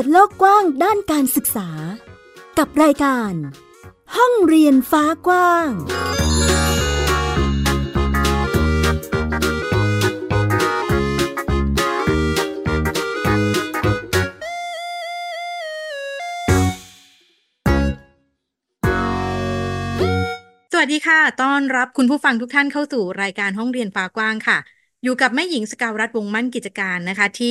โลกกว้างด้านการศึกษากับรายการห้องเรียนฟ้ากว้างสวัสดีค่ะต้อนรับคุณผู้ฟังทุกท่านเข้าสู่รายการห้องเรียนฟ้ากว้างค่ะอยู่กับแม่หญิงสกาวรัตน์วงศ์มั่นกิจการนะคะที่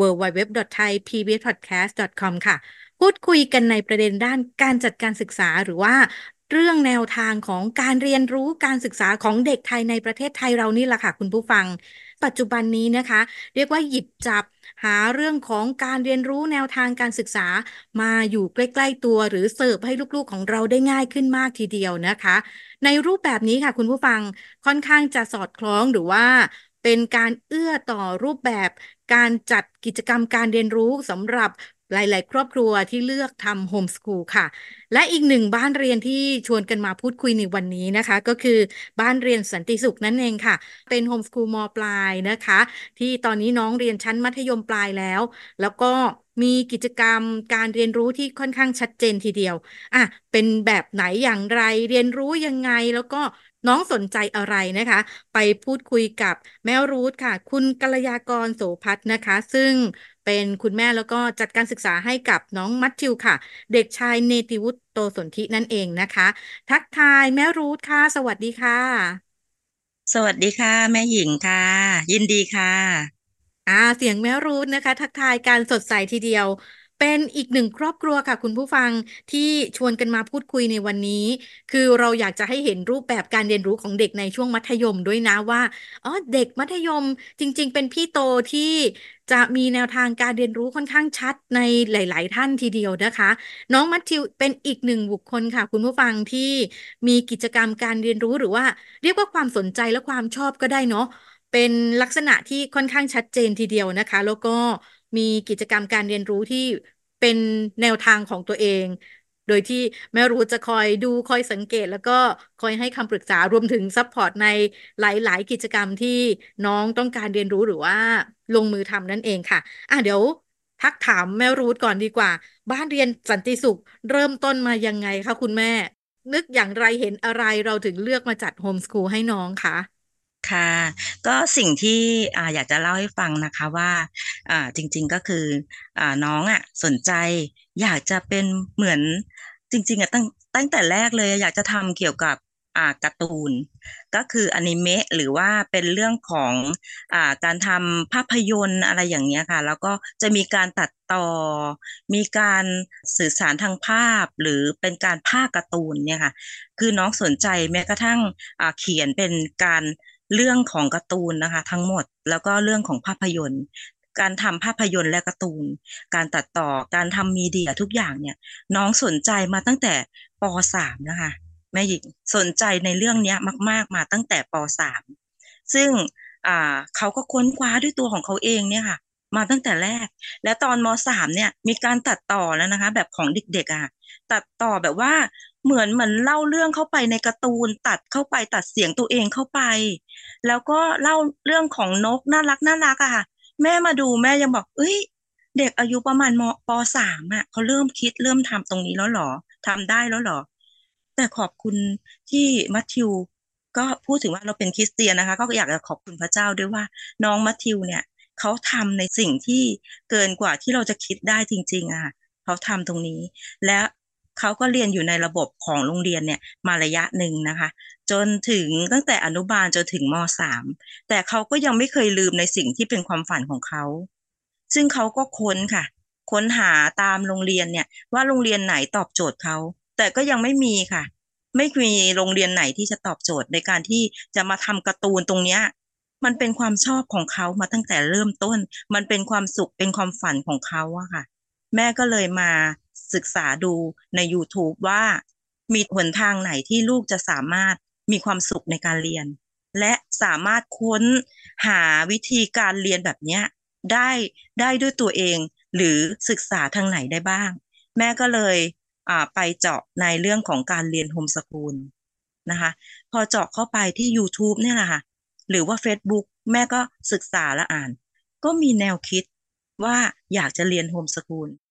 www.thaipbspodcast.com ค่ะพูดคุยกันในประเด็นด้านการจัดการศึกษาหรือว่าเรื่องแนวทางของการเรียนรู้การศึกษาของเด็กไทยในประเทศไทยเรานี่แหละค่ะคุณผู้ฟังปัจจุบันนี้นะคะเรียกว่าหยิบจับหาเรื่องของการเรียนรู้แนวทางการศึกษามาอยู่ใกล้ๆตัวหรือเสิร์ฟให้ลูกๆของเราได้ง่ายขึ้นมากทีเดียวนะคะในรูปแบบนี้ค่ะคุณผู้ฟังค่อนข้างจะสอดคล้องหรือว่าเป็นการเอื้อต่อรูปแบบการจัดกิจกรรมการเรียนรู้สำหรับหลายๆครอบครัวที่เลือกทำโฮมสคูลค่ะและอีกหนึ่งบ้านเรียนที่ชวนกันมาพูดคุยในวันนี้นะคะก็คือบ้านเรียนสันติสุขนั่นเองค่ะเป็นโฮมสคูลม.ปลายนะคะที่ตอนนี้น้องเรียนชั้นมัธยมปลายแล้วก็มีกิจกรรมการเรียนรู้ที่ค่อนข้างชัดเจนทีเดียวเป็นแบบไหนอย่างไรเรียนรู้ยังไงแล้วก็น้องสนใจอะไรนะคะไปพูดคุยกับแม่รูทค่ะคุณกัลยากรโสภัทรนะคะซึ่งเป็นคุณแม่แล้วก็จัดการศึกษาให้กับน้องมัทธิวค่ะเด็กชายเนติวุฒิโตสนธินั่นเองนะคะทักทายแม่รูทค่ะสวัสดีค่ะสวัสดีค่ะแม่หญิงค่ะยินดีค่ะเสียงแม่รูทนะคะทักทายการสดใสทีเดียวเป็นอีกหนึ่งครอบครัวค่ะคุณผู้ฟังที่ชวนกันมาพูดคุยในวันนี้คือเราอยากจะให้เห็นรูปแบบการเรียนรู้ของเด็กในช่วงมัธยมด้วยนะว่าเด็กมัธยมจริงๆเป็นพี่โตที่จะมีแนวทางการเรียนรู้ค่อนข้างชัดในหลายๆท่านทีเดียวนะคะน้องมัทธิวเป็นอีกหนึ่งบุคคลค่ะคุณผู้ฟังที่มีกิจกรรมการเรียนรู้หรือว่าเรียกว่าความสนใจและความชอบก็ได้เนาะ เป็นลักษณะที่ค่อนข้างชัดเจนทีเดียวนะคะแล้วก็มีกิจกรรมการเรียนรู้ที่เป็นแนวทางของตัวเองโดยที่แม่รู้จะคอยดูคอยสังเกตแล้วก็คอยให้คำปรึกษารวมถึงซัพพอร์ตในหลายๆกิจกรรมที่น้องต้องการเรียนรู้หรือว่าลงมือทำนั่นเองค่ะเดี๋ยวทักถามแม่รูทก่อนดีกว่าบ้านเรียนสันติสุขเริ่มต้นมายังไงคะคุณแม่นึกอย่างไรเห็นอะไรเราถึงเลือกมาจัดโฮมสคูลให้น้องคะค่ะก็สิ่งที่อยากจะเล่าให้ฟังนะคะว่าจริงๆก็คือน้องสนใจอยากจะเป็นเหมือนจริงๆตั้งแต่แรกเลยอยากจะทำเกี่ยวกับการ์ตูนก็คืออนิเมะหรือว่าเป็นเรื่องของการทำภาพยนตร์อะไรอย่างเงี้ยค่ะแล้วก็จะมีการตัดต่อมีการสื่อสารทางภาพหรือเป็นการพากย์การ์ตูนเนี่ยค่ะคือน้องสนใจแม้กระทั่งเขียนเป็นการเรื่องของการ์ตูนนะคะทั้งหมดแล้วก็เรื่องของภาพยนตร์การทำภาพยนตร์และการ์ตูนการตัดต่อการทำมีเดียทุกอย่างเนี่ยน้องสนใจมาตั้งแต่ป .3 นะคะแม่หญิงสนใจในเรื่องเนี้ยมากๆมาตั้งแต่ป .3 ซึ่งเขาก็ค้นคว้าด้วยตัวของเขาเองเนี่ยค่ะมาตั้งแต่แรกและตอนม .3 เนี่ยมีการตัดต่อแล้วนะคะแบบของเด็กๆตัดต่อแบบว่าเหมือนเล่าเรื่องเข้าไปในการ์ตูนตัดเข้าไปตัดเสียงตัวเองเข้าไปแล้วก็เล่าเรื่องของนกน่ารักน่ารักอะค่ะแม่มาดูแม่ยังบอกเอ้ยเด็กอายุประมาณป .3 เขาเริ่มคิดเริ่มทำตรงนี้แล้วเหรอทำได้แล้วเหรอแต่ขอบคุณที่มัทธิวก็พูดถึงว่าเราเป็นคริสเตียนนะคะก็อยากจะขอบคุณพระเจ้าด้วยว่าน้องมัทธิวเนี่ยเขาทำในสิ่งที่เกินกว่าที่เราจะคิดได้จริงๆอะค่ะเขาทำตรงนี้และเขาก็เรียนอยู่ในระบบของโรงเรียนเนี่ยมาระยะหนึ่งนะคะจนถึงตั้งแต่อนุบาลจนถึงม .3 แต่เขาก็ยังไม่เคยลืมในสิ่งที่เป็นความฝันของเขาซึ่งเขาก็ค้นค่ะค้นหาตามโรงเรียนเนี่ยว่าโรงเรียนไหนตอบโจทย์เขาแต่ก็ยังไม่มีค่ะไม่มีโรงเรียนไหนที่จะตอบโจทย์ในการที่จะมาทำการ์ตูนตรงเนี้ยมันเป็นความชอบของเขามาตั้งแต่เริ่มต้นมันเป็นความสุขเป็นความฝันของเขาอะค่ะแม่ก็เลยมาศึกษาดูใน YouTube ว่ามีหนทางไหนที่ลูกจะสามารถมีความสุขในการเรียนและสามารถค้นหาวิธีการเรียนแบบเนี้ย ได้ได้ด้วยตัวเองหรือศึกษาทางไหนได้บ้างแม่ก็เลยไปเจาะในเรื่องของการเรียนโฮมสคูลนะคะพอเจาะเข้าไปที่ YouTube เนี่ยแหละค่ะหรือว่า Facebook แม่ก็ศึกษาและอ่านก็มีแนวคิดว่าอยากจะเรียนโฮมสคูล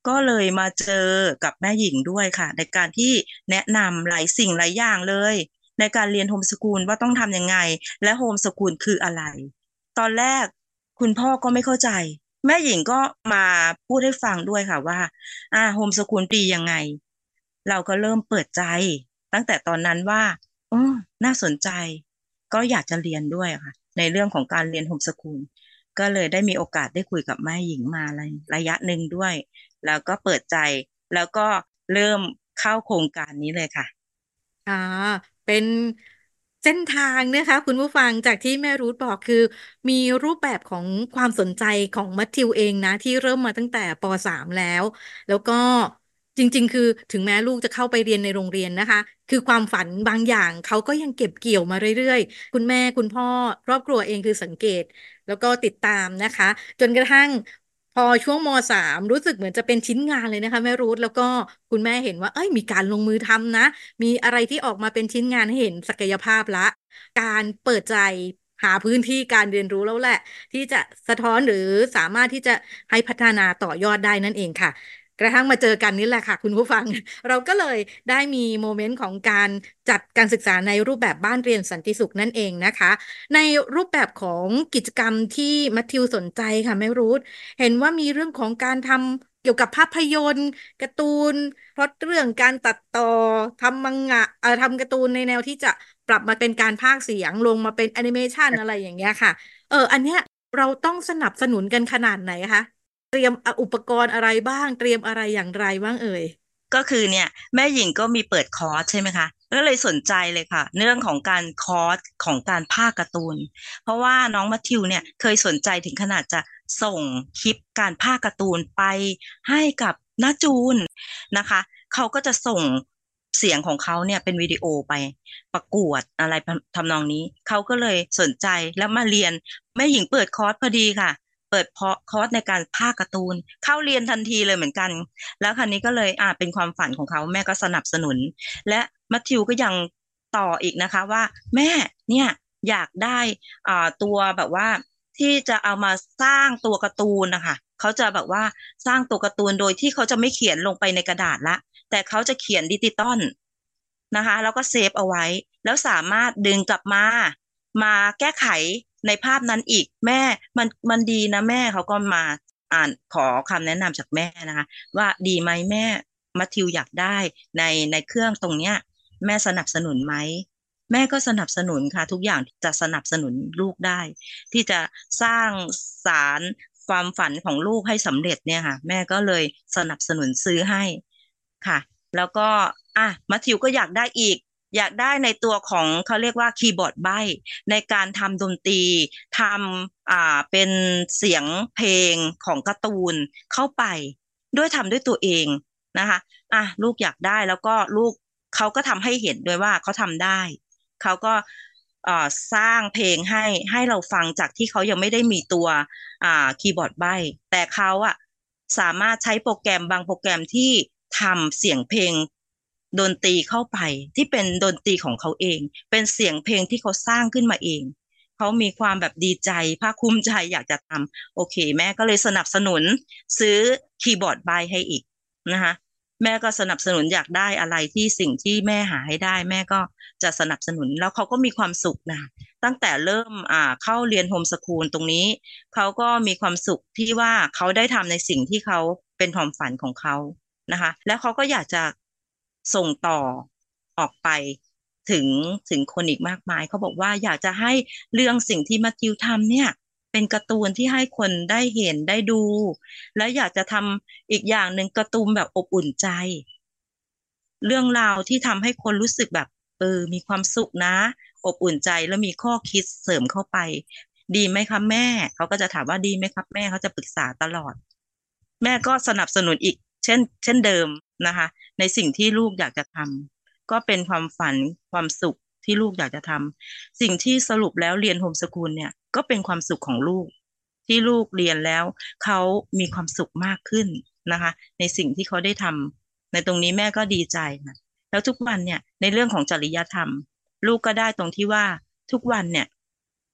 ก็เลยมาเจอกับแม่หญิงด้วยค่ะในการที่แนะนำหลายสิ่งหลายอย่างเลยในการเรียนโฮมสกูลว่าต้องทำยังไงและโฮมสกูลคืออะไรตอนแรกคุณพ่อก็ไม่เข้าใจแม่หญิงก็มาพูดให้ฟังด้วยค่ะว่าโฮมสกูลดียังไงเราก็เริ่มเปิดใจตั้งแต่ตอนนั้นว่าอ๋อน่าสนใจก็อยากจะเรียนด้วยค่ะในเรื่องของการเรียนโฮมสกูลก็เลยได้มีโอกาสได้คุยกับแม่หญิงมาระยะหนึ่งด้วย แล้วก็เปิดใจแล้วก็เริ่มเข้าโครงการนี้เลยค่ะอ่าเป็นเส้นทางนะคะคุณผู้ฟังจากที่แม่รูทบอกคือมีรูปแบบของความสนใจของมัทธิวเองนะที่เริ่มมาตั้งแต่ป.3แล้วก็จริงๆคือถึงแม้ลูกจะเข้าไปเรียนในโรงเรียนนะคะคือความฝันบางอย่างเขาก็ยังเก็บเกี่ยวมาเรื่อยๆคุณแม่คุณพ่อครอบครัวเองคือสังเกตแล้วก็ติดตามนะคะจนกระทั่งพอช่วงม.3รู้สึกเหมือนจะเป็นชิ้นงานเลยนะคะแม่รูทแล้วก็คุณแม่เห็นว่าเอ้ยมีการลงมือทำนะ มีอะไรที่ออกมาเป็นชิ้นงานให้เห็นศักยภาพละการเปิดใจหาพื้นที่การเรียนรู้แล้วแหละที่จะสะท้อนหรือสามารถที่จะให้พัฒนาต่อยอดได้นั่นเองค่ะกระทั่งมาเจอกันนี่แหละค่ะคุณผู้ฟังเราก็เลยได้มีโมเมนต์ของการจัดการศึกษาในรูปแบบบ้านเรียนสันติสุขนั่นเองนะคะในรูปแบบของกิจกรรมที่มัทธิวสนใจค่ะแม่รูทเห็นว่ามีเรื่องของการทำเกี่ยวกับภาพยนตร์การ์ตูน พล็อตเรื่องการตัดต่อทำมังงะทำการ์ตูนในแนวที่จะปรับมาเป็นการพากย์เสียงลงมาเป็นแอนิเมชันอะไรอย่างเงี้ยค่ะอันเนี้ยเราต้องสนับสนุนกันขนาดไหนคะเตรียมอุปกรณ์อะไรบ้างเตรียมอะไรอย่างไรบ้างเอ่ยก็คือเนี่ยแม่หญิงก็มีเปิดคอร์สใช่ไหมคะก็เลยสนใจเลยค่ะเรื่องของการคอร์สของการพากย์การ์ตูนเพราะว่าน้องมัทธิวเนี่ยเคยสนใจถึงขนาดจะส่งคลิปการพากย์การ์ตูนไปให้กับน้าจูนนะคะเขาก็จะส่งเสียงของเขาเนี่ยเป็นวิดีโอไปประกวดอะไรทำนองนี้เขาก็เลยสนใจแล้วมาเรียนแม่หญิงเปิดคอร์สพอดีค่ะเปิดเพาะคอร์สในการพากย์การ์ตูนเข้าเรียนทันทีเลยเหมือนกัน แล้วคราวนี้ก็เลยเป็นความฝันของเขาแม่ก็สนับสนุนและมัทธิวก็ยังต่ออีกนะคะว่าแม่เนี่ยอยากได้ตัวแบบว่าที่จะเอามาสร้างตัวการ์ตูนนะคะเขาจะแบบว่าสร้างตัวการ์ตูนโดยที่เขาจะไม่เขียนลงไปในกระดาษละแต่เขาจะเขียนดิจิตอลนะคะแล้วก็เซฟเอาไว้แล้วสามารถดึงกลับมาแก้ไขในภาพนั้นอีกแม่มันดีนะแม่เขาก็มาขอคำแนะนำจากแม่นะคะว่าดีไหมแม่มัทธิวอยากได้ในเครื่องตรงเนี้ยแม่สนับสนุนไหมแม่ก็สนับสนุนค่ะทุกอย่างจะสนับสนุนลูกได้ที่จะสร้างสารความฝันของลูกให้สำเร็จเนี่ยค่ะแม่ก็เลยสนับสนุนซื้อให้ค่ะแล้วก็มัทธิวก็อยากได้อีกอยากได้ในตัวของเขาเรียกว่าคีย์บอร์ดใบ้ในการทำดนตรีทำเป็นเสียงเพลงของการ์ตูนเข้าไปด้วยทำด้วยตัวเองนะคะลูกอยากได้แล้วก็ลูกเขาก็ทำให้เห็นด้วยว่าเขาทำได้เขาก็สร้างเพลงให้เราฟังจากที่เขายังไม่ได้มีตัวคีย์บอร์ดใบ้แต่เขาสามารถใช้โปรแกรมบางโปรแกรมที่ทำเสียงเพลงดนตรีเข้าไปที่เป็นดนตรีของเขาเองเป็นเสียงเพลงที่เขาสร้างขึ้นมาเองเขามีความแบบดีใจภาคภูมิใจอยากจะทำโอเคแม่ก็เลยสนับสนุนซื้อคีย์บอร์ดใบให้อีกนะคะแม่ก็สนับสนุนอยากได้อะไรที่สิ่งที่แม่หาให้ได้แม่ก็จะสนับสนุนแล้วเขาก็มีความสุขนะตั้งแต่เริ่มเข้าเรียนโฮมสคูลตรงนี้เขาก็มีความสุขที่ว่าเขาได้ทำในสิ่งที่เขาเป็นความฝันของเขานะคะแล้วเขาก็อยากจะส่งต่อออกไปถึงถึงคนอีกมากมายเขาบอกว่าอยากจะให้เรื่องสิ่งที่มัทธิวทำเนี่ยเป็นการ์ตูนที่ให้คนได้เห็นได้ดูแล้วอยากจะทำอีกอย่างหนึ่งการ์ตูนแบบอบอุ่นใจเรื่องราวที่ทำให้คนรู้สึกแบบมีความสุขนะอบอุ่นใจแล้วมีข้อคิดเสริมเข้าไปดีไหมคะแม่เขาก็จะถามว่าดีไหมครับแม่เขาจะปรึกษาตลอดแม่ก็สนับสนุนอีกเช่นเดิมนะคะในสิ่งที่ลูกอยากจะทำก็เป็นความฝันความสุขที่ลูกอยากจะทำสิ่งที่สรุปแล้วเรียนโฮมสกูลเนี่ยก็เป็นความสุขของลูกที่ลูกเรียนแล้วเขามีความสุขมากขึ้นนะคะในสิ่งที่เขาได้ทำในตรงนี้แม่ก็ดีใจนะแล้วทุกวันเนี่ยในเรื่องของจริยธรรมลูกก็ได้ตรงที่ว่าทุกวันเนี่ย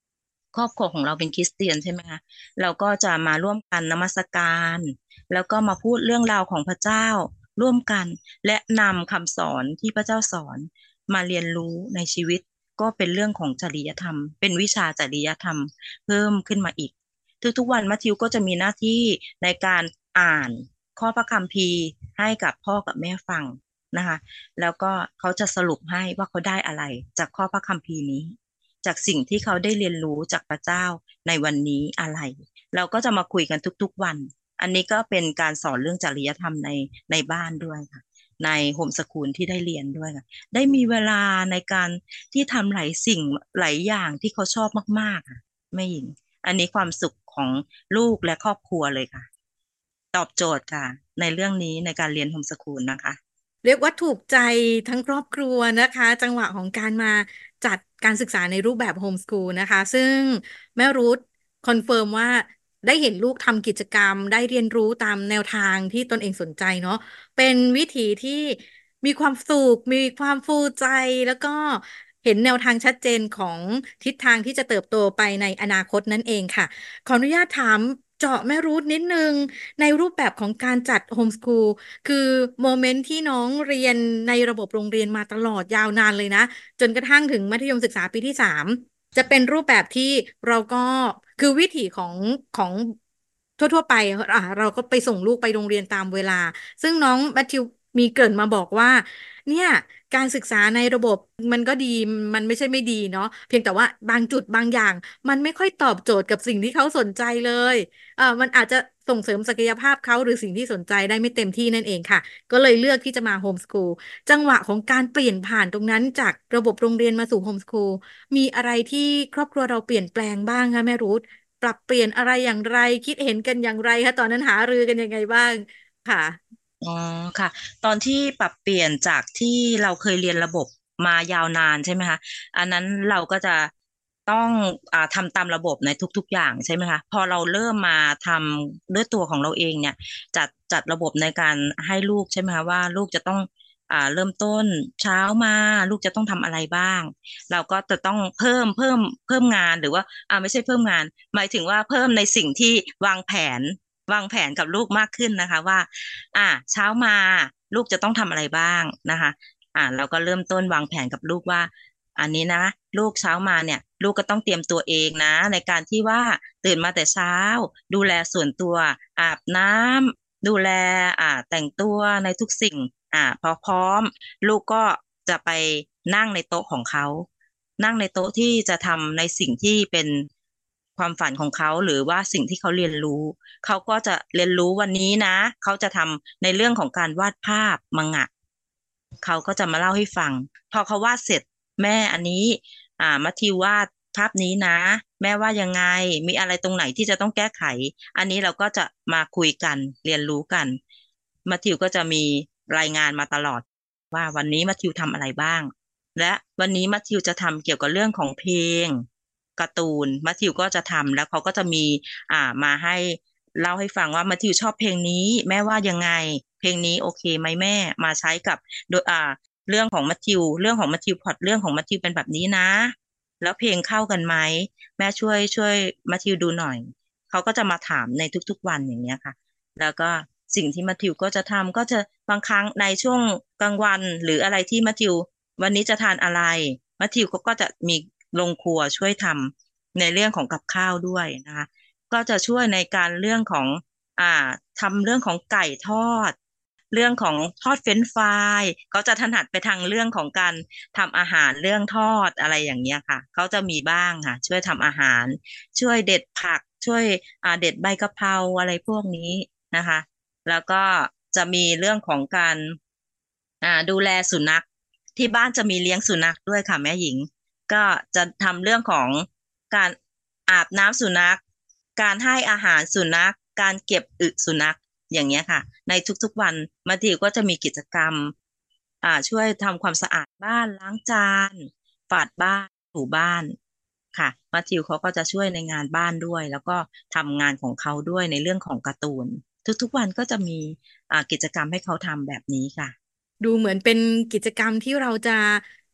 ครอบครัวของเราเป็นคริสเตียนใช่ไหมคะเราก็จะมาร่วมกันนมัสการแล้วก็มาพูดเรื่องราวของพระเจ้าร่วมกันและนำคำสอนที่พระเจ้าสอนมาเรียนรู้ในชีวิตก็เป็นเรื่องของจริยธรรมเป็นวิชาจริยธรรมเพิ่มขึ้นมาอีกทุกๆวันมัทธิวก็จะมีหน้าที่ในการอ่านข้อพระคัมภีร์ให้กับพ่อกับแม่ฟังนะคะแล้วก็เขาจะสรุปให้ว่าเขาได้อะไรจากข้อพระคัมภีร์นี้ จากสิ่งที่เขาได้เรียนรู้จากพระเจ้าในวันนี้อะไรเราก็จะมาคุยกันทุกๆวันอันนี้ก็เป็นการสอนเรื่องจริยธรรมในบ้านด้วยค่ะในโฮมสคูลที่ได้เรียนด้วยค่ะได้มีเวลาในการที่ทำหลายสิ่งหลายอย่างที่เขาชอบมากๆค่ะแม่หญิงอันนี้ความสุขของลูกและครอบครัวเลยค่ะตอบโจทย์ค่ะในเรื่องนี้ในการเรียนโฮมสคูลนะคะเรียกว่าถูกใจทั้งครอบครัวนะคะจังหวะของการมาจัดการศึกษาในรูปแบบโฮมส o ูลนะคะซึ่งแม่รุธคอนเฟิร์มว่าได้เห็นลูกทำกิจกรรมได้เรียนรู้ตามแนวทางที่ตนเองสนใจเนาะเป็นวิถีที่มีความสุขมีความฟูใจแล้วก็เห็นแนวทางชัดเจนของทิศทางที่จะเติบโตไปในอนาคตนั่นเองค่ะขออนุญาตถามเจาะแม่รุธนิดนึงในรูปแบบของการจัดโฮมส o ูล คือโมเมนต์ที่น้องเรียนในระบบโรงเรียนมาตลอดยาวนานเลยนะจนกระทั่งถึงมัธยมศึกษาปีที่3จะเป็นรูปแบบที่เราก็คือวิถีของทั่วๆไปเราก็ไปส่งลูกไปโรงเรียนตามเวลาซึ่งน้องแมทธิวมีเกริ่นมาบอกว่าเนี่ยการศึกษาในระบบมันก็ดีมันไม่ใช่ไม่ดีเนาะเพียงแต่ว่าบางจุดบางอย่างมันไม่ค่อยตอบโจทย์กับสิ่งที่เขาสนใจเลย มันอาจจะส่งเสริมศักยภาพเขาหรือสิ่งที่สนใจได้ไม่เต็มที่นั่นเองค่ะก็เลยเลือกที่จะมาโฮมส o ูลจังหวะของการเปลี่ยนผ่านตรงนั้นจากระบบโรงเรียนมาสู่โฮมส o ูลมีอะไรที่ครอบครัวเราเปลี่ยนแปลงบ้างคะแม่รูทปรับเปลี่ยนอะไรอย่างไรคิดเห็นกันอย่างไรคะตอนนั้นหารือกันยังไงบ้างค่ะอ๋อค่ะตอนที่ปรับเปลี่ยนจากที่เราเคยเรียนระบบมายาวนานใช่ไหมคะอันนั้นเราก็จะต้องทำตามระบบในทุกๆอย่างใช่ไหมคะพอเราเริ่มมาทำด้วยตัวของเราเองเนี่ยจัดระบบในการให้ลูกใช่ไหมคะว่าลูกจะต้องเริ่มต้นเช้ามาลูกจะต้องทำอะไรบ้างเราก็จะต้องเพิ่มงานหรือว่าไม่ใช่เพิ่มงานหมายถึงว่าเพิ่มในสิ่งที่วางแผนวางแผนกับลูกมากขึ้นนะคะว่า เช้ามาลูกจะต้องทำอะไรบ้างนะคะเราก็เริ่มต้นวางแผนกับลูกว่าอันนี้นะลูกเช้ามาเนี่ยลูกก็ต้องเตรียมตัวเองนะในการที่ว่าตื่นมาแต่เช้าดูแลส่วนตัวอาบน้ำดูแลแต่งตัวในทุกสิ่งพอพร้อมลูกก็จะไปนั่งในโต๊ะของเขานั่งในโต๊ะที่จะทำในสิ่งที่เป็นความฝันของเขาหรือว่าสิ่งที่เขาเรียนรู้ เขาก็จะเรียนรู้วันนี้นะ เขาจะทำในเรื่องของการวาดภาพมังงะเขาก็จะมาเล่าให้ฟัง พอเขาวาดเสร็จแม่อันนี้มัทธิววาดภาพนี้นะแม่ว่ายังไงมีอะไรตรงไหนที่จะต้องแก้ไขอันนี้เราก็จะมาคุยกันเรียนรู้กันมัทธิวก็จะมีรายงานมาตลอดว่าวันนี้มัทธิวทำอะไรบ้างและวันนี้มัทธิวจะทำเกี่ยวกับเรื่องของเพลงการ์ตูนมัทธิวก็จะทำแล้วเขาก็จะมีมาให้ เล่าให้ฟังว่ามัทธิวชอบเพลงนี้แม่ว่ายังไงเพลงนี้โอเคไหมแม่มาใช้กับโดยเรื่องของมัทธิวเรื่องของมัทธิวพล็อตเรื่องของมัทธิวเป็นแบบนี้นะแล้วเพลงเข้ากันไหมแม่ช่วยมัทธิวดูหน่อยเขาก็จะมาถามในทุกๆวันอย่างเงี้ยค่ะแล้วก็สิ่งที่มัทธิวก็จะทำก็จะบางครั้งในช่วงกลางวันหรืออะไรที่มัทธิววันนี้จะทานอะไรมัทธิวเขาก็จะมีลงครัวช่วยทำในเรื่องของกับข้าวด้วยนะคะ ก็จะช่วยในการเรื่องของอ่าทำเรื่องของไก่ทอดเรื่องของทอดเฟรนช์ฟรายเขาจะถนัดไปทางเรื่องของการทำอาหารเรื่องทอดอะไรอย่างเงี้ยค่ะเขาจะมีบ้างค่ะช่วยทำอาหารช่วยเด็ดผักช่วยเด็ดใบกะเพราอะไรพวกนี้นะคะแล้วก็จะมีเรื่องของการดูแลสุนัขที่บ้านจะมีเลี้ยงสุนัขด้วยค่ะแม่หญิงก็จะทำเรื่องของการอาบน้ำสุนัข การให้อาหารสุนัขการเก็บอึสุนัขอย่างเงี้ยค่ะในทุกๆวันมาทิวก็จะมีกิจกรรมช่วยทำความสะอาดบ้านล้างจานฝาดบ้านถูบ้านค่ะมาทิวเขาก็จะช่วยในงานบ้านด้วยแล้วก็ทำงานของเขาด้วยในเรื่องของการ์ตูนทุกๆวันก็จะมีกิจกรรมให้เขาทำแบบนี้ค่ะดูเหมือนเป็นกิจกรรมที่เราจะ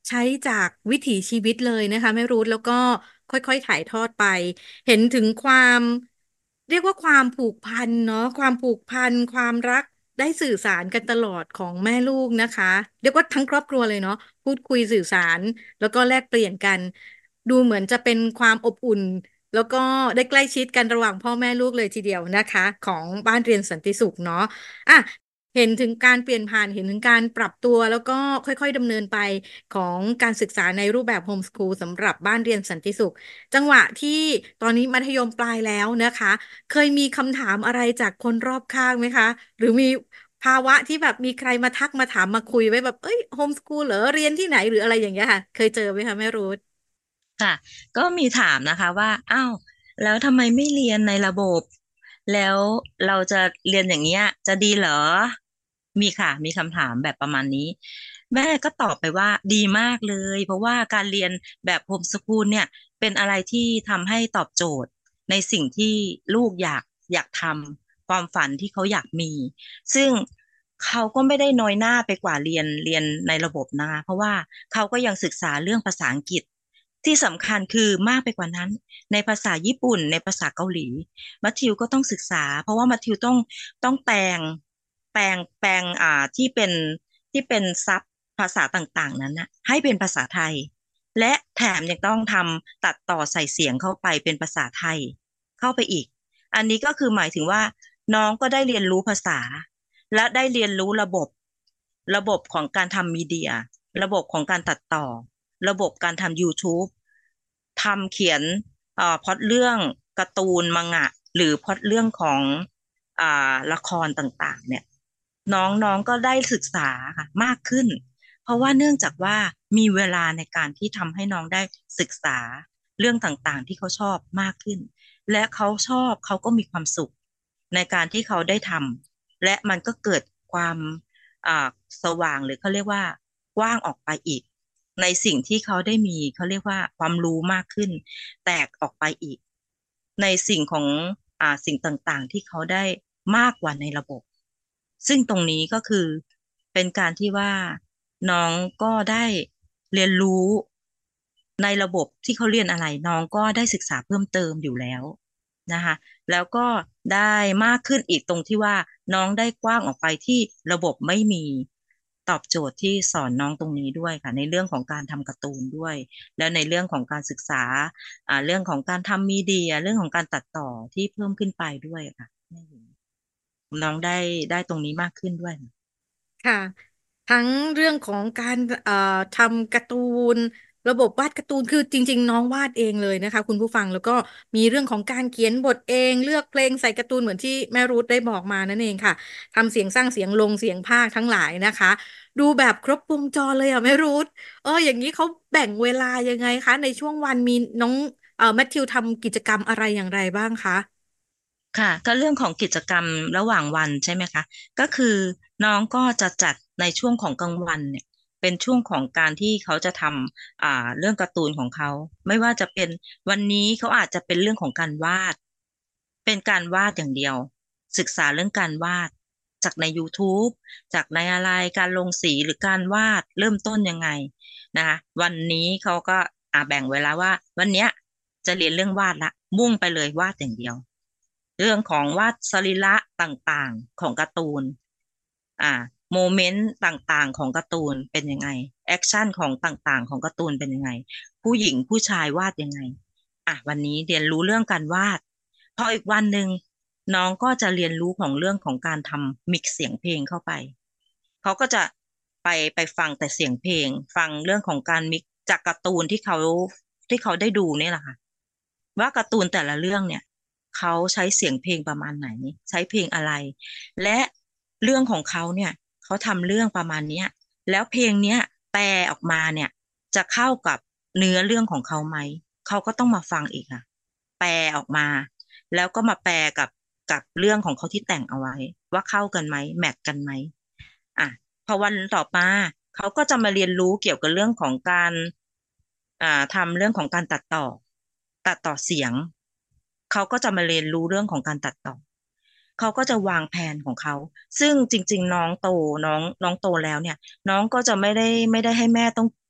ใช้จากวิถีชีวิตเลยนะคะแม่รุ้แล้วก็ค่อยๆถ่ายทอดไปเห็นถึงความเรียกว่าความผูกพันเนาะความผูกพันความรักได้สื่อสารกันตลอดของแม่ลูกนะคะเรียกว่าทั้งครอบครัวเลยเนาะพูดคุยสื่อสารแล้วก็แลกเปลี่ยนกันดูเหมือนจะเป็นความอบอุ่นแล้วก็ได้ใกล้ชิดกันระหว่างพ่อแม่ลูกเลยทีเดียวนะคะของบ้านเรียนสันติสุขเนาะอ่ะ เห็นถึงการเปลี่ยนผ่านเห็นถึงการปรับตัวแล้วก็ค่อยๆดำเนินไปของการศึกษาในรูปแบบโฮมสคูลสำหรับบ้านเรียนสันติสุขจังหวะที่ตอนนี้มัธยมปลายแล้วนะคะเคยมีคำถามอะไรจากคนรอบข้างไหมคะหรือมีภาวะที่แบบมีใครมาทักมาถามมาคุยไว้แบบเอ้ยโฮมสคูลเหรอเรียนที่ไหนหรืออะไรอย่างเงี้ยค่ะเคยเจอไหมคะแม่รุธค่ะก็มีถามนะคะว่าอ้าวแล้วทำไมไม่เรียนในระบบแล้วเราจะเรียนอย่างเงี้ยจะดีเหรอมีค่ะมีคำถามแบบประมาณนี้แม่ก็ตอบไปว่าดีมากเลยเพราะว่าการเรียนแบบโฮมสคูลเนี่ยเป็นอะไรที่ทำให้ตอบโจทย์ในสิ่งที่ลูกอยากทำความฝันที่เขาอยากมีซึ่งเขาก็ไม่ได้น้อยหน้าไปกว่าเรียนในระบบนะคะเพราะว่าเขาก็ยังศึกษาเรื่องภาษาอังกฤษ ที่สำคัญคือมากไปกว่านั้นในภาษาญี่ปุ่นในภาษาเกาหลีมัทธิวก็ต้องศึกษาเพราะว่ามัทธิวต้องแปลงที่เป็นซับภาษาต่างๆนั้นนะให้เป็นภาษาไทยและแถมยังต้องทำตัดต่อใส่เสียงเข้าไปเป็นภาษาไทยเข้าไปอีกอันนี้ก็คือหมายถึงว่าน้องก็ได้เรียนรู้ภาษาและได้เรียนรู้ระบบของการทำมีเดียระบบของการตัดต่อ ระบบการทำ YouTube ทำเขียนพล็อตเรื่องการ์ตูนมังงะหรือพล็อตเรื่องของละครต่างๆเนี่ยน้องก็ได้ศึกษาค่ะมากขึ้นเพราะว่าเนื่องจากว่ามีเวลาในการที่ทำให้น้องได้ศึกษาเรื่องต่างๆที่เขาชอบมากขึ้นและเขาชอบเขาก็มีความสุขในการที่เขาได้ทำและมันก็เกิดความอ่าสว่างหรือเขาเรียกว่ากว้างออกไปอีก ในสิ่งที่เขาได้มีเขาเรียกว่าความรู้มากขึ้นแตกออกไปอีกในสิ่งของสิ่งต่างๆที่เขาได้มากกว่าในระบบซึ่งตรงนี้ก็คือเป็นการที่ว่าน้องก็ได้เรียนรู้ในระบบที่เขาเรียนอะไรน้องก็ได้ศึกษาเพิ่มเติมอยู่แล้วนะคะแล้วก็ได้มากขึ้นอีกตรงที่ว่าน้องได้กว้างออกไปที่ระบบไม่มีตอบโจทย์ที่สอนน้องตรงนี้ด้วยค่ะในเรื่องของการทำการ์ตูนด้วยแล้วในเรื่องของการศึกษาเรื่องของการทำมีเดียเรื่องของการตัดต่อที่เพิ่มขึ้นไปด้วยค่ะแม่หญิงน้องได้ตรงนี้มากขึ้นด้วยค่ะทั้งเรื่องของการทำการ์ตูนระบบวาดการ์ตูนคือจริงๆน้องวาดเองเลยนะคะคุณผู้ฟังแล้วก็มีเรื่องของการเขียนบทเองเลือกเพลงใส่การ์ตูนเหมือนที่แม่รูทได้บอกมานั่นเองค่ะทำเสียงสร้างเสียงลงเสียงพากย์ทั้งหลายนะคะดูแบบครบวงจรเลยอ่ะแม่รูทอย่างนี้เขาแบ่งเวลายังไงคะในช่วงวันมีน้องแมทธิวทำกิจกรรมอะไรอย่างไรบ้างคะค่ะก็เรื่องของกิจกรรมระหว่างวันใช่ไหมคะก็คือน้องก็จะจัดในช่วงของกลางวันเนี่ยเป็นช่วงของการที่เขาจะทำเรื่องการ์ตูนของเขาไม่ว่าจะเป็นวันนี้เขาอาจจะเป็นเรื่องของการวาดเป็นการวาดอย่างเดียวศึกษาเรื่องการวาดจากใน YouTube จากในอะไรการลงสีหรือการวาดเริ่มต้นยังไงนะคะวันนี้เขาก็แบ่งเวลาว่าวันเนี้ยจะเรียนเรื่องวาดละมุ่งไปเลยวาดอย่างเดียวเรื่องของวาดสรีระต่างๆของการ์ตูนอ่าโมเมนต์ต่างๆของการ์ตูนเป็นยังไงแอคชั่นของต่างๆของการ์ตูนเป็นยังไงผู้หญิงผู้ชายวาดยังไงวันนี้เรียนรู้เรื่องการวาดพออีกวันหนึ่งน้องก็จะเรียนรู้ของเรื่องของการทำมิกซ์เสียงเพลงเข้าไปเขาก็จะไปฟังแต่เสียงเพลงฟังเรื่องของการมิกซ์จากการ์ตูนที่เขาได้ดูเนี่ยแหละค่ะว่าการ์ตูนแต่ละเรื่องเนี่ยเขาใช้เสียงเพลงประมาณไหนใช้เพลงอะไรและเรื่องของเขาเนี่ยเขาทำเรื่องประมาณเนี้ยแล้วเพลงเนี้ยแปลออกมาเนี่ยจะเข้ากับเนื้อเรื่องของเขาไหมเขาก็ต้องมาฟังอีกค่ะแปลออกมาแล้วก็มาแปลกับเรื่องของเขาที่แต่งเอาไว้ว่าเข้ากันไหมแมทกันไหมอ่ะพอวันต่อมาเขาก็จะมาเรียนรู้เกี่ยวกับเรื่องของการทำเรื่องของการตัดต่อเสียงเขาก็จะมาเรียนรู้เรื่องของการตัดต่อเขาก็จะวางแผนของเขาซึ่งจริงๆน้องโตแล้วเนี่ยน้องก็จะไม่ได้ให้แม่ต้อง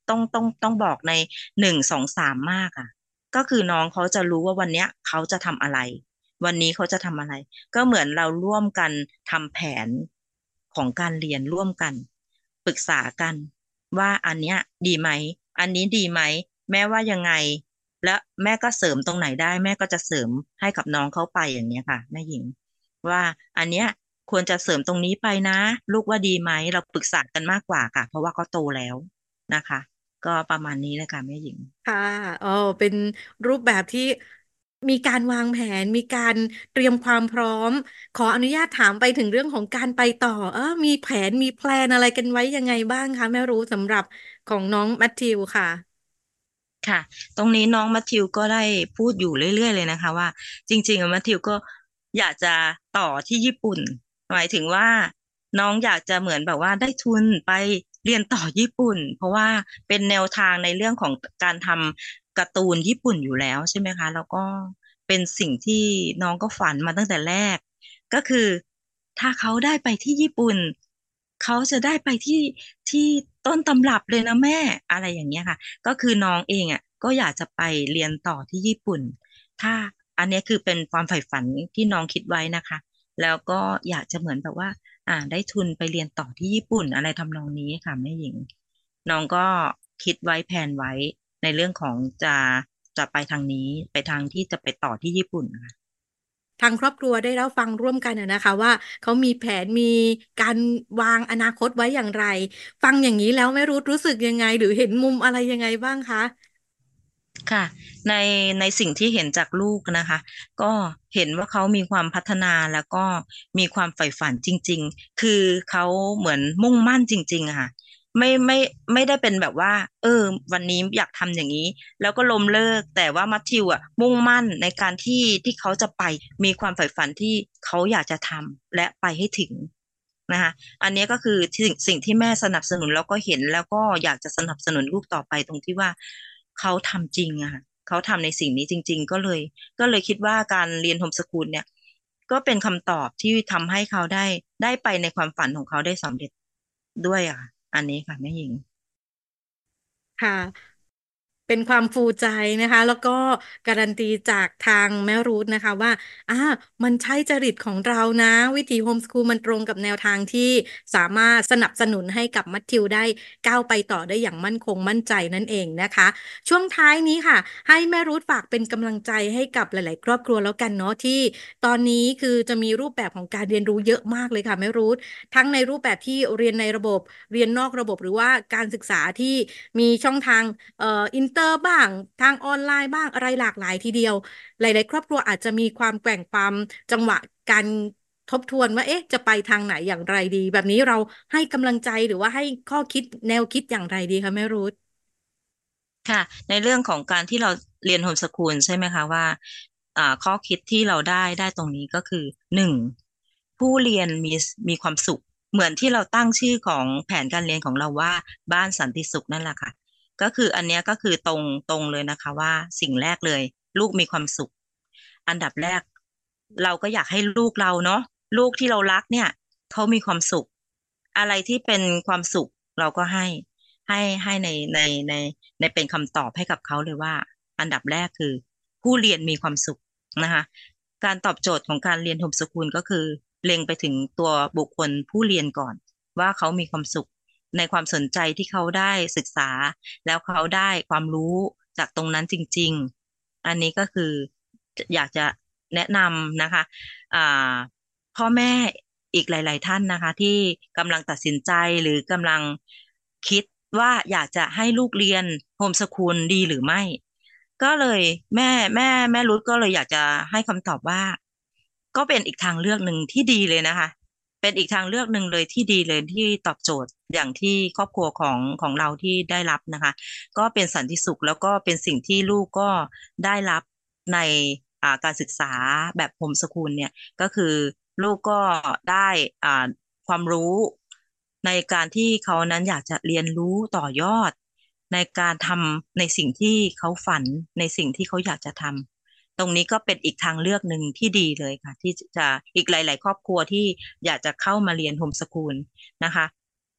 ต้องบอกใน1 2 3มากอ่ะก็คือน้องเขาจะรู้ว่าวันเนี้ยเขาจะทำอะไรวันนี้เขาจะทำอะไรก็เหมือนเราร่วมกันทำแผนของการเรียนร่วมกันปรึกษากันว่าอันเนี้ยดีไหมอันนี้ดีไหมแม่ว่ายังไงแล้วแม่ก็เสริมตรงไหนได้แม่ก็จะเสริมให้กับน้องเขาไปอย่างเนี้ยค่ะแม่หญิงว่าอันเนี้ยควรจะเสริมตรงนี้ไปนะลูกว่าดีไหมเราปรึกษากันมากกว่าค่ะเพราะว่าเขาโตแล้วนะคะก็ประมาณนี้เลยค่ะแม่หญิงค่ะอ๋อเป็นรูปแบบที่มีการวางแผนมีการเตรียมความพร้อมขออนุญาตถามไปถึงเรื่องของการไปต่อมีแผนมีแพลนอะไรกันไว้ยังไงบ้างคะแม่รู้สำหรับของน้องแมทธิวค่ะค่ะตรงนี้น้องมัทธิวก็ได้พูดอยู่เรื่อยๆเลยนะคะว่าจริงๆมัทธิวก็อยากจะต่อที่ญี่ปุ่นหมายถึงว่าน้องอยากจะเหมือนแบบว่าได้ทุนไปเรียนต่อญี่ปุ่นเพราะว่าเป็นแนวทางในเรื่องของการทำการ์ตูนญี่ปุ่นอยู่แล้วใช่ไหมคะแล้วก็เป็นสิ่งที่น้องก็ฝันมาตั้งแต่แรกก็คือถ้าเขาได้ไปที่ญี่ปุ่นเขาจะได้ไปที่ต้นตำรับเลยนะแม่อะไรอย่างเงี้ยค่ะ ก็คือน้องเองอ่ะก็อยากจะไปเรียนต่อที่ญี่ปุ่นถ้าอันเนี้ยคือเป็นความใฝ่ฝันที่น้องคิดไว้นะคะแล้วก็อยากจะเหมือนแบบว่าได้ทุนไปเรียนต่อที่ญี่ปุ่นอะไรทำนองนี้ค่ะแม่หญิงน้องก็คิดไว้แผนไว้ในเรื่องของจะไปทางนี้ไปทางที่จะไปต่อที่ญี่ปุ่นค่ะทางครอบครัวได้รับฟังร่วมกันนะคะว่าเขามีแผนมีการวางอนาคตไว้อย่างไรฟังอย่างนี้แล้วไม่รู้สึกยังไงหรือเห็นมุมอะไรยังไงบ้างคะค่ะในในสิ่งที่เห็นจากลูกนะคะก็เห็นว่าเขามีความพัฒนาแล้วก็มีความใฝ่ฝันจริงๆคือเขาเหมือนมุ่งมั่นจริงๆอะค่ะไม่ได้เป็นแบบว่าวันนี้อยากทำอย่างนี้แล้วก็ล้มเลิกแต่ว่ามัทธิวอะมุ่งมั่นในการที่เขาจะไปมีความใฝ่ฝันที่เขาอยากจะทำและไปให้ถึงนะคะอันนี้ก็คือสิ่งที่แม่สนับสนุนแล้วก็เห็นแล้วก็อยากจะสนับสนุนลูกต่อไปตรงที่ว่าเขาทำจริงอะค่ะเขาทำในสิ่งนี้จริงๆก็เลยคิดว่าการเรียนโฮมสคูลเนี่ยก็เป็นคำตอบที่ทำให้เขาได้ไปในความฝันของเขาได้สำเร็จด้วยอ่ะอันนี้ค่ะแม่หญิงค่ะเป็นความฟูใจนะคะแล้วก็การันตีจากทางแม่รูทนะคะว่าอ่ามันใช่จริตของเรานะวิถีโฮมสคูลมันตรงกับแนวทางที่สามารถสนับสนุนให้กับมัทธิวได้ก้าวไปต่อได้อย่างมั่นคงมั่นใจนั่นเองนะคะช่วงท้ายนี้ค่ะให้แม่รูทฝากเป็นกำลังใจให้กับหลายๆครอบครัวแล้วกันเนาะที่ตอนนี้คือจะมีรูปแบบของการเรียนรู้เยอะมากเลยค่ะแม่รูท ทั้งในรูปแบบที่เรียนในระบบเรียนนอกระบบหรือว่าการศึกษาที่มีช่องทางอินเตอร์บ้างทางออนไลน์บ้างอะไรหลากหลายทีเดียวหลายๆครอบครัวอาจจะมีความแกว่งความจังหวะการทบทวนว่าเอ๊ะจะไปทางไหนอย่างไรดีแบบนี้เราให้กำลังใจหรือว่าให้ข้อคิดแนวคิดอย่างไรดีคะแม่รุธค่ะในเรื่องของการที่เราเรียนโฮมสคูลใช่ไหมคะว่าข้อคิดที่เราได้ตรงนี้ก็คือ1ผู้เรียนมีความสุขเหมือนที่เราตั้งชื่อของแผนการเรียนของเราว่าบ้านสันติสุขนั่นแหละค่ะก็คืออันเนี้ยก็คือตรงเลยนะคะว่าสิ่งแรกเลยลูกมีความสุขอันดับแรกเราก็อยากให้ลูกเราเนาะลูกที่เรารักเนี่ยเขามีความสุขอะไรที่เป็นความสุขเราก็ให้ใน ในเป็นคำตอบให้กับเขาเลยว่าอันดับแรกคือผู้เรียนมีความสุขนะคะการตอบโจทย์ของการเรียนโฮมสคูลก็คือเล็งไปถึงตัวบุคคลผู้เรียนก่อนว่าเขามีความสุขในความสนใจที่เขาได้ศึกษาแล้วเขาได้ความรู้จากตรงนั้นจริงๆอันนี้ก็คืออยากจะแนะนำนะคะอ่าพ่อแม่อีกหลายๆท่านนะคะที่กำลังตัดสินใจหรือกำลังคิดว่าอยากจะให้ลูกเรียนโฮมสคูลดีหรือไม่ก็เลยแม่รุธก็เลยอยากจะให้คำตอบว่าก็เป็นอีกทางเลือกหนึ่งที่ดีเลยนะคะเป็นอีกทางเลือกหนึ่งเลยที่ดีเลยที่ตอบโจทย์อย่างที่ครอบครัวของเราที่ได้รับนะคะก็เป็นสันติสุขแล้วก็เป็นสิ่งที่ลูกก็ได้รับในการศึกษาแบบโฮมสคูลเนี่ยก็คือลูกก็ได้อ่าความรู้ในการที่เขานั้นอยากจะเรียนรู้ต่อยอดในการทำในสิ่งที่เขาฝันในสิ่งที่เขาอยากจะทำตรงนี้ก็เป็นอีกทางเลือกหนึ่งที่ดีเลยค่ะที่จะอีกหลายๆครอบครัวที่อยากจะเข้ามาเรียนโฮมสคูลนะคะ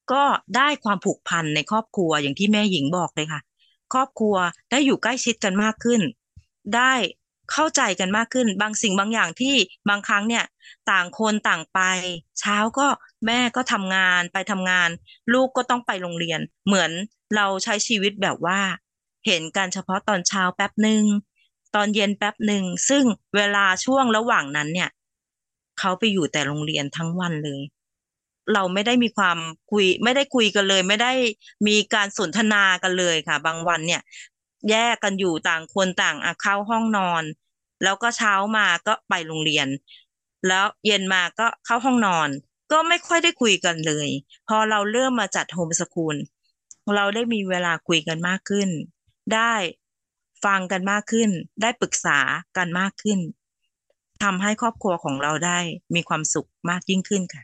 ก็ได้ความผูกพันในครอบครัวอย่างที่แม่หญิงบอกเลยค่ะครอบครัวได้อยู่ใกล้ชิดกันมากขึ้นได้เข้าใจกันมากขึ้นบางสิ่งบางอย่างที่บางครั้งเนี่ยต่างคนต่างไปเช้าก็แม่ก็ทำงานไปทำงานลูกก็ต้องไปโรงเรียนเหมือนเราใช้ชีวิตแบบว่าเห็นกันเฉพาะตอนเช้าแป๊บหนึ่งตอนเย็นแป๊บหนึ่งซึ่งเวลาช่วงระหว่างนั้นเนี่ยเขาไปอยู่แต่โรงเรียนทั้งวันเลยเราไม่ได้มีความไม่ได้คุยกันเลยไม่ได้มีการสนทนากันเลยค่ะบางวันเนี่ยแยกกันอยู่ต่างคนต่างเข้าห้องนอนแล้วก็เช้ามาก็ไปโรงเรียนแล้วเย็นมาก็เข้าห้องนอนก็ไม่ค่อยได้คุยกันเลยพอเราเริ่มมาจัดโฮมสคูลเราได้มีเวลาคุยกันมากขึ้นได้ฟังกันมากขึ้นได้ปรึกษากันมากขึ้นทำให้ครอบครัวของเราได้มีความสุขมากยิ่งขึ้นค่ะ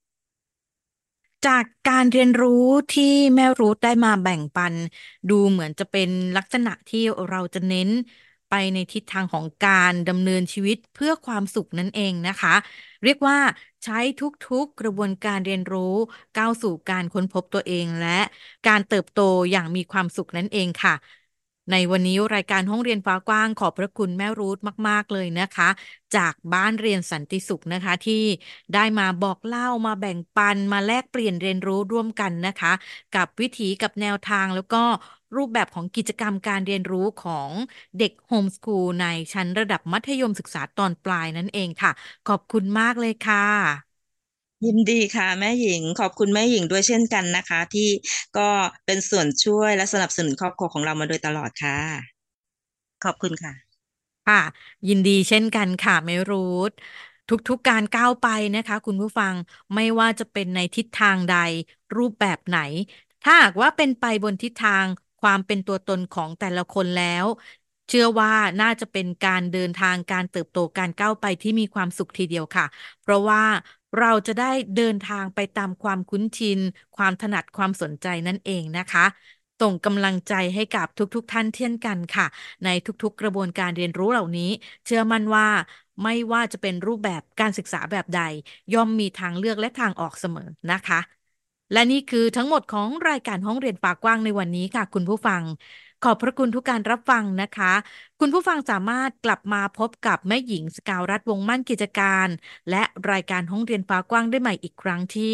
จากการเรียนรู้ที่แม่รูทได้มาแบ่งปันดูเหมือนจะเป็นลักษณะที่เราจะเน้นไปในทิศทางของการดำเนินชีวิตเพื่อความสุขนั่นเองนะคะเรียกว่าใช้ทุกๆกระบวนการเรียนรู้ก้าวสู่การค้นพบตัวเองและการเติบโตอย่างมีความสุขนั่นเองค่ะในวันนี้รายการห้องเรียนฟ้ากว้างขอบพระคุณแม่รูทมากๆเลยนะคะจากบ้านเรียนสันติสุขนะคะที่ได้มาบอกเล่ามาแบ่งปันมาแลกเปลี่ยนเรียนรู้ร่วมกันนะคะกับวิถีกับแนวทางแล้วก็รูปแบบของกิจกรรมการเรียนรู้ของเด็กโฮมสคูลในชั้นระดับมัธยมศึกษาตอนปลายนั่นเองค่ะขอบคุณมากเลยค่ะยินดีค่ะแม่หญิงขอบคุณแม่หญิงด้วยเช่นกันนะคะที่ก็เป็นส่วนช่วยและสนับสนุนครอบครัวของเรามาโดยตลอดค่ะขอบคุณค่ะค่ะยินดีเช่นกันค่ะเมรูททุกๆการก้าวไปนะคะคุณผู้ฟังไม่ว่าจะเป็นในทิศทางใดรูปแบบไหนถ้าหากว่าเป็นไปบนทิศทางความเป็นตัวตนของแต่ละคนแล้วเชื่อว่าน่าจะเป็นการเดินทางการเติบโตการก้าวไปที่มีความสุขทีเดียวค่ะเพราะว่าเราจะได้เดินทางไปตามความคุ้นชินความถนัดความสนใจนั่นเองนะคะส่งกำลังใจให้กับทุกๆท่านเช่นกันค่ะ ในทุกๆกระบวนการเรียนรู้เหล่านี้เชื่อมั่นว่าไม่ว่าจะเป็นรูปแบบการศึกษาแบบใดย่อมมีทางเลือกและทางออกเสมอนะคะและนี่คือทั้งหมดของรายการห้องเรียนปากกว้างในวันนี้ค่ะคุณผู้ฟังขอบพระคุณทุกการรับฟังนะคะคุณผู้ฟังสามารถกลับมาพบกับแม่หญิงสกาวรัตน์วงศ์มั่นกิจการและรายการห้องเรียนฟ้ากว้างได้ใหม่อีกครั้งที่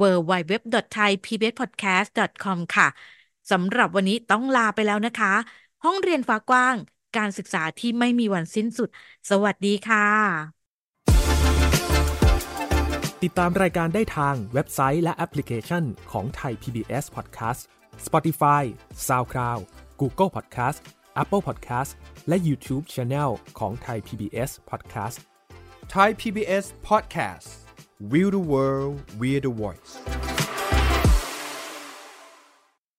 www.thaipbspodcast.com ค่ะสำหรับวันนี้ต้องลาไปแล้วนะคะ ห้องเรียนฟ้ากว้างการศึกษาที่ไม่มีวันสิ้นสุดสวัสดีค่ะติดตามรายการได้ทางเว็บไซต์และแอปพลิเคชันของไทย PBS Podcast Spotify SoundCloud Google Podcast Apple Podcast และ YouTube Channel ของไทย PBS Podcast Thai PBS Podcast We the World We the Voice